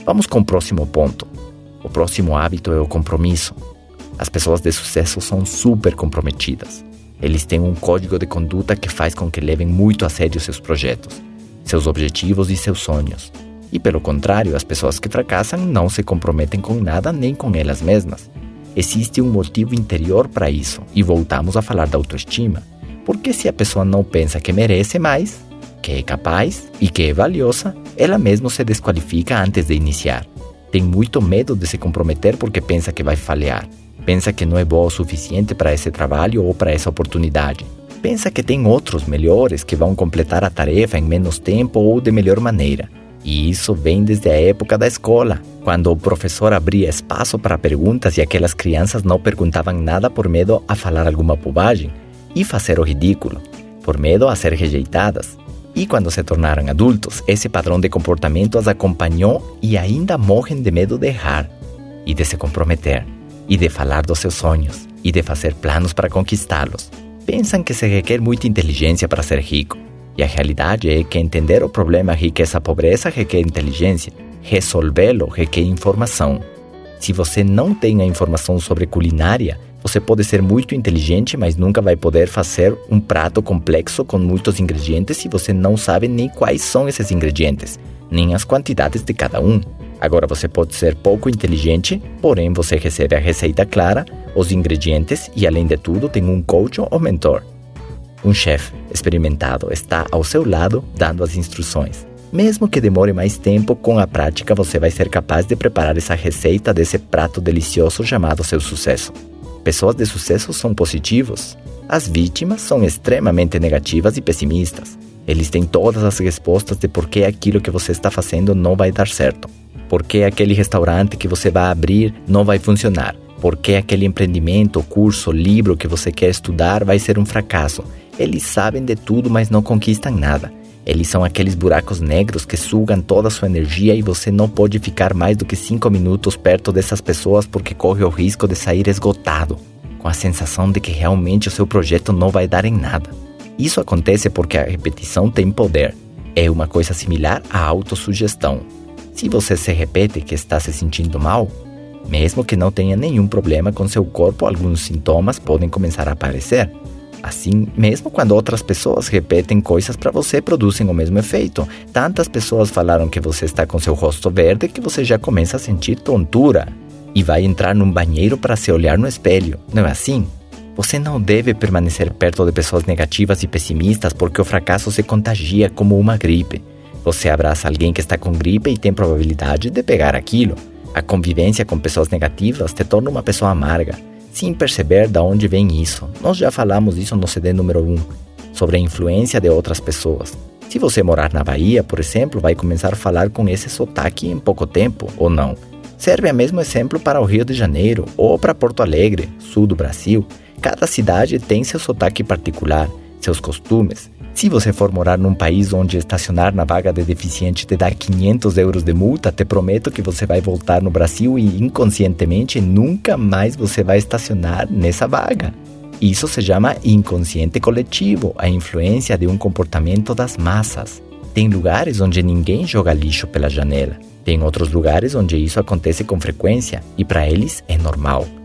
Vamos com o próximo ponto. O próximo hábito é o compromisso. As pessoas de sucesso são super comprometidas. Eles têm um código de conduta que faz com que levem muito a sério seus projetos, seus objetivos e seus sonhos. E pelo contrário, as pessoas que fracassam não se comprometem com nada nem com elas mesmas. Existe um motivo interior para isso, e voltamos a falar da autoestima. Porque se a pessoa não pensa que merece mais, que é capaz e que é valiosa, ela mesma se desqualifica antes de iniciar. Tem muito medo de se comprometer porque pensa que vai falhar. Pensa que não é boa o suficiente para esse trabalho ou para essa oportunidade. Pensa que tem outros melhores que vão completar a tarefa em menos tempo ou de melhor maneira. E isso vem desde a época da escola, quando o professor abria espaço para perguntas e aquelas crianças não perguntavam nada por medo a falar alguma bobagem e fazer o ridículo, por medo a ser rejeitadas. E quando se tornaram adultos, esse padrão de comportamento as acompanhou e ainda morrem de medo de errar, e de se comprometer, e de falar dos seus sonhos, e de fazer planos para conquistá-los. Pensam que se requer muita inteligência para ser rico. E a realidade é que entender o problema riqueza-pobreza requer inteligência. Resolvê-lo requer informação. Se você não tem a informação sobre culinária, você pode ser muito inteligente, mas nunca vai poder fazer um prato complexo com muitos ingredientes se você não sabe nem quais são esses ingredientes, nem as quantidades de cada um. Agora você pode ser pouco inteligente, porém você recebe a receita clara, os ingredientes e, além de tudo, tem um coach ou mentor. Um chefe experimentado está ao seu lado dando as instruções. Mesmo que demore mais tempo, com a prática você vai ser capaz de preparar essa receita desse prato delicioso chamado seu sucesso. Pessoas de sucesso são positivos. As vítimas são extremamente negativas e pessimistas. Eles têm todas as respostas de por que aquilo que você está fazendo não vai dar certo. Por que aquele restaurante que você vai abrir não vai funcionar. Por que aquele empreendimento, curso, livro que você quer estudar vai ser um fracasso. Eles sabem de tudo, mas não conquistam nada. Eles são aqueles buracos negros que sugam toda a sua energia e você não pode ficar mais do que 5 minutos perto dessas pessoas porque corre o risco de sair esgotado, com a sensação de que realmente o seu projeto não vai dar em nada. Isso acontece porque a repetição tem poder. É uma coisa similar à autossugestão. Se você se repete que está se sentindo mal, mesmo que não tenha nenhum problema com seu corpo, alguns sintomas podem começar a aparecer. Assim, mesmo quando outras pessoas repetem coisas para você, produzem o mesmo efeito. Tantas pessoas falaram que você está com seu rosto verde que você já começa a sentir tontura e vai entrar num banheiro para se olhar no espelho. Não é assim? Você não deve permanecer perto de pessoas negativas e pessimistas porque o fracasso se contagia como uma gripe. Você abraça alguém que está com gripe e tem probabilidade de pegar aquilo. A convivência com pessoas negativas te torna uma pessoa amarga, sem perceber de onde vem isso. Nós já falamos isso no CD número 1, sobre a influência de outras pessoas. Se você morar na Bahia, por exemplo, vai começar a falar com esse sotaque em pouco tempo, ou não. Serve o mesmo exemplo para o Rio de Janeiro, ou para Porto Alegre, sul do Brasil. Cada cidade tem seu sotaque particular, seus costumes. Se você for morar num país onde estacionar na vaga de deficiente te dá 500 euros de multa, te prometo que você vai voltar no Brasil e inconscientemente nunca mais você vai estacionar nessa vaga. Isso se chama inconsciente coletivo, a influência de um comportamento das massas. Tem lugares onde ninguém joga lixo pela janela. Tem outros lugares onde isso acontece com frequência e para eles é normal.